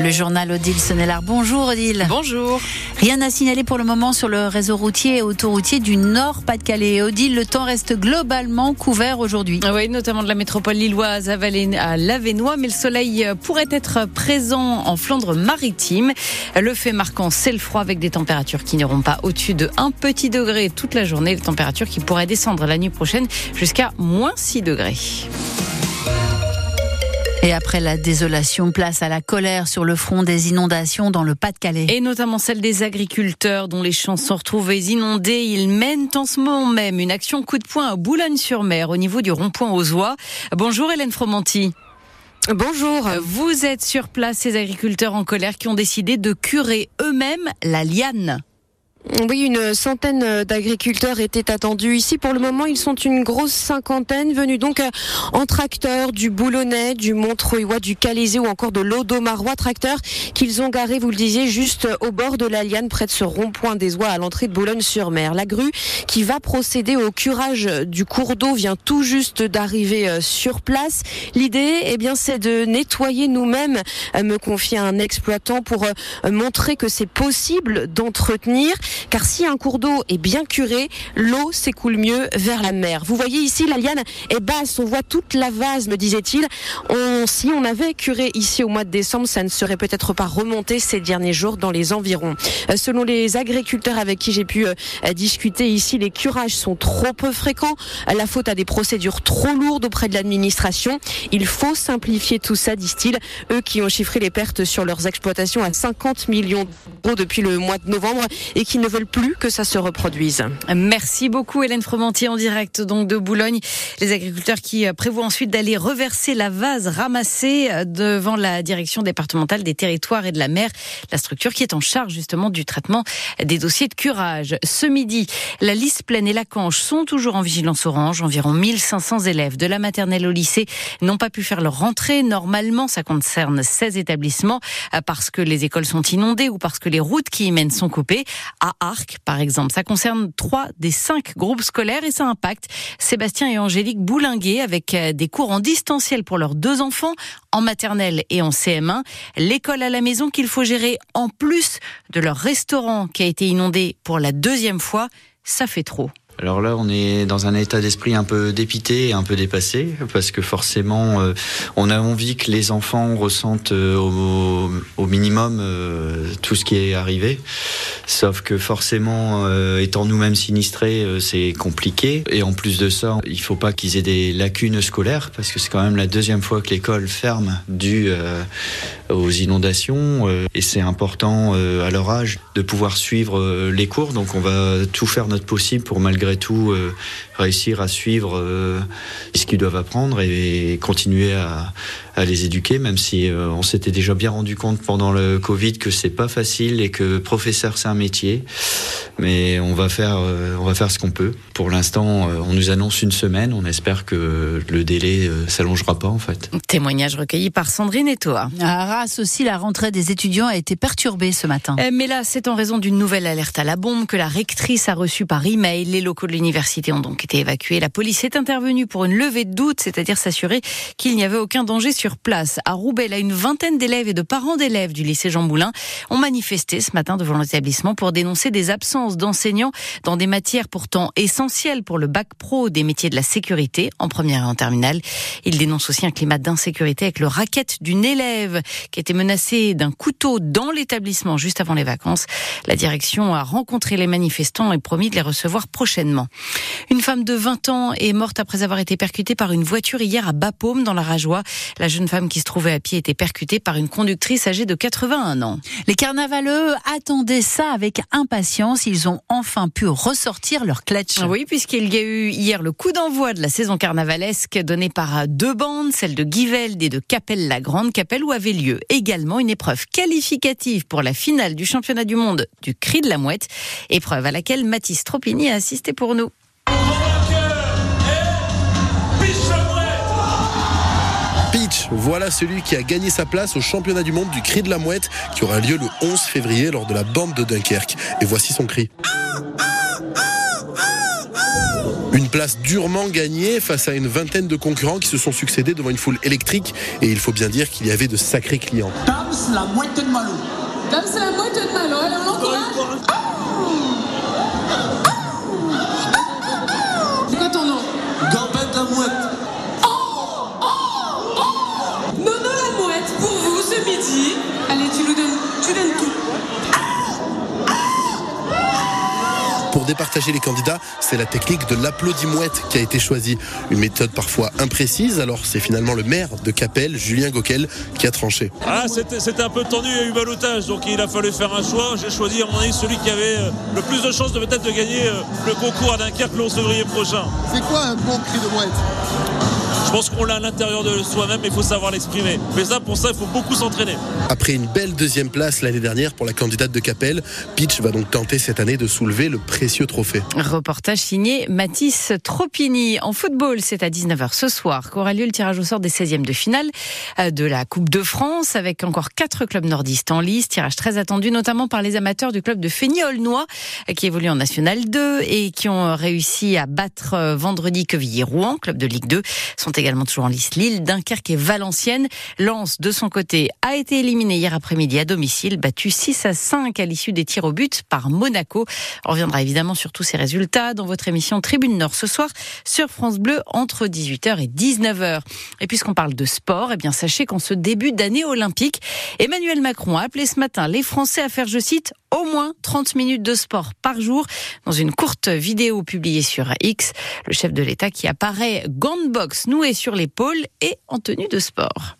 Le journal Odile Sonnellard. Bonjour Odile. Bonjour. Rien à signaler pour le moment sur le réseau routier et autoroutier du Nord-Pas-de-Calais. Odile, le temps reste globalement couvert aujourd'hui. Oui, notamment de la métropole lilloise à Lavenois, mais le soleil pourrait être présent en Flandre-Maritime. Le fait marquant, c'est le froid avec des températures qui n'iront pas au-dessus de 1 petit degré toute la journée. Des températures qui pourraient descendre la nuit prochaine jusqu'à moins 6 degrés. Et après la désolation, place à la colère sur le front des inondations dans le Pas-de-Calais. Et notamment celle des agriculteurs dont les champs sont retrouvés inondés. Ils mènent en ce moment même une action coup de poing à Boulogne-sur-Mer au niveau du rond-point aux Oies. Bonjour Hélène Fromanti. Bonjour. Vous êtes sur place, ces agriculteurs en colère qui ont décidé de curer eux-mêmes la liane. Oui, une centaine d'agriculteurs étaient attendus ici. Pour le moment, ils sont une grosse cinquantaine, venus donc en tracteur du Boulonnais, du Montreuilois, du Calaisis ou encore de l'Audomarois. Tracteur qu'ils ont garé, vous le disiez, juste au bord de la liane, près de ce rond-point des Oies à l'entrée de Boulogne-sur-Mer. La grue qui va procéder au curage du cours d'eau vient tout juste d'arriver sur place. L'idée, c'est de nettoyer nous-mêmes, me confie un exploitant, pour montrer que c'est possible d'entretenir. Car si un cours d'eau est bien curé, l'eau s'écoule mieux vers la mer. Vous voyez ici, la liane est basse, on voit toute la vase, me disait-il. Si on avait curé ici au mois de décembre, ça ne serait peut-être pas remonté ces derniers jours dans les environs. Selon les agriculteurs avec qui j'ai pu discuter ici, les curages sont trop peu fréquents. La faute à des procédures trop lourdes auprès de l'administration. Il faut simplifier tout ça, disent-ils. Eux qui ont chiffré les pertes sur leurs exploitations à 50 millions d'euros depuis le mois de novembre et qui ne veulent plus que ça se reproduise. Merci beaucoup Hélène Fromanti en direct donc de Boulogne. Les agriculteurs qui prévoient ensuite d'aller reverser la vase ramassée devant la direction départementale des territoires et de la mer, la structure qui est en charge justement du traitement des dossiers de curage. Ce midi, la Lys-Plaine et la Canche sont toujours en vigilance orange. Environ 1500 élèves de la maternelle au lycée n'ont pas pu faire leur rentrée. Normalement, ça concerne 16 établissements parce que les écoles sont inondées ou parce que les routes qui y mènent sont coupées. À Arques, par exemple. Ça concerne 3 des 5 groupes scolaires et ça impacte Sébastien et Angélique Boulinguet avec des cours en distanciel pour leurs 2 enfants en maternelle et en CM1. L'école à la maison qu'il faut gérer en plus de leur restaurant qui a été inondé pour la 2e fois, ça fait trop. Alors là, on est dans un état d'esprit un peu dépité et un peu dépassé, parce que forcément, on a envie que les enfants ressentent au minimum tout ce qui est arrivé. Sauf que forcément, étant nous-mêmes sinistrés, c'est compliqué. Et en plus de ça, il faut pas qu'ils aient des lacunes scolaires, parce que c'est quand même la 2e fois que l'école ferme due aux inondations. Et c'est important à leur âge de pouvoir suivre les cours. Donc on va tout faire notre possible pour malgré tout réussir à suivre ce qu'ils doivent apprendre et continuer à les éduquer, même si on s'était déjà bien rendu compte pendant le Covid que c'est pas facile et que professeur c'est un métier, mais on va faire ce qu'on peut. Pour l'instant, on nous annonce une semaine, on espère que le délai s'allongera pas en fait. Témoignage recueilli par Sandrine Etoa. À Arras aussi, la rentrée des étudiants a été perturbée ce matin. Mais là, c'est en raison d'une nouvelle alerte à la bombe que la rectrice a reçue par email. Les locaux de l'université ont donc été évacués. La police est intervenue pour une levée de doute, c'est-à-dire s'assurer qu'il n'y avait aucun danger sur place. À Roubaix, là, une vingtaine d'élèves et de parents d'élèves du lycée Jean Moulin ont manifesté ce matin devant l'établissement pour dénoncer des absences d'enseignants dans des matières pourtant essentielles pour le bac pro des métiers de la sécurité en première et en terminale. Ils dénoncent aussi un climat d'insécurité avec le racket d'une élève qui a été menacée d'un couteau dans l'établissement juste avant les vacances. La direction a rencontré les manifestants et promis de les recevoir prochainement. Une femme de 20 ans est morte après avoir été percutée par une voiture hier à Bapaume dans la Rajoie. La jeune femme qui se trouvait à pied était percutée par une conductrice âgée de 81 ans. Les carnavaleux attendaient ça avec impatience. Ils ont enfin pu ressortir leur clutch. Oui, puisqu'il y a eu hier le coup d'envoi de la saison carnavalesque donné par 2 bandes, celle de Givelde et de Capelle-la-Grande-Capelle, où avait lieu également une épreuve qualificative pour la finale du championnat du monde du cri de la mouette, épreuve à laquelle Mathis Tropini a assisté pour nous. Pitch, voilà celui qui a gagné sa place au championnat du monde du cri de la mouette qui aura lieu le 11 février lors de la bande de Dunkerque. Et voici son cri. Une place durement gagnée face à une vingtaine de concurrents qui se sont succédés devant une foule électrique. Et il faut bien dire qu'il y avait de sacrés clients. Dams la moitié de Malo. Dams la moitié de Malo. Allez, on l'encourage. C'est quoi ton nom? Gambette la mouette. Nono la mouette pour vous ce midi. Allez, tu donnes tout. Pour départager les candidats, c'est la technique de l'applaudimouette qui a été choisie. Une méthode parfois imprécise, alors c'est finalement le maire de Capelle, Julien Gauquel, qui a tranché. C'était un peu tendu, il y a eu ballottage, donc il a fallu faire un choix. J'ai choisi à mon avis celui qui avait le plus de chances de peut-être de gagner le concours à Dunkerque le 11 février prochain. C'est quoi un bon cri de mouette? Je pense qu'on l'a à l'intérieur de soi-même, mais il faut savoir l'exprimer. Mais pour ça, il faut beaucoup s'entraîner. Après une belle deuxième place l'année dernière pour la candidate de Capelle, Peach va donc tenter cette année de soulever le précieux trophée. Reportage signé Mathis Tropini. En football, c'est à 19h ce soir qu'aura lieu le tirage au sort des 16e de finale de la Coupe de France, avec encore 4 clubs nordistes en lice. Tirage très attendu, notamment par les amateurs du club de Feigny-Aulnois, qui évolue en National 2 et qui ont réussi à battre vendredi Quevilly-Rouen, club de Ligue 2. Sont également toujours en lice Lille, Dunkerque et Valenciennes. Lens, de son côté, a été éliminé hier après-midi à domicile, battu 6-5 à l'issue des tirs au but par Monaco. On reviendra évidemment sur tous ces résultats dans votre émission Tribune Nord ce soir sur France Bleu entre 18h et 19h. Et puisqu'on parle de sport, eh bien sachez qu'en ce début d'année olympique, Emmanuel Macron a appelé ce matin les Français à faire, je cite, au moins 30 minutes de sport par jour. Dans une courte vidéo publiée sur X, le chef de l'État qui apparaît gants de boxe noués sur l'épaule et en tenue de sport.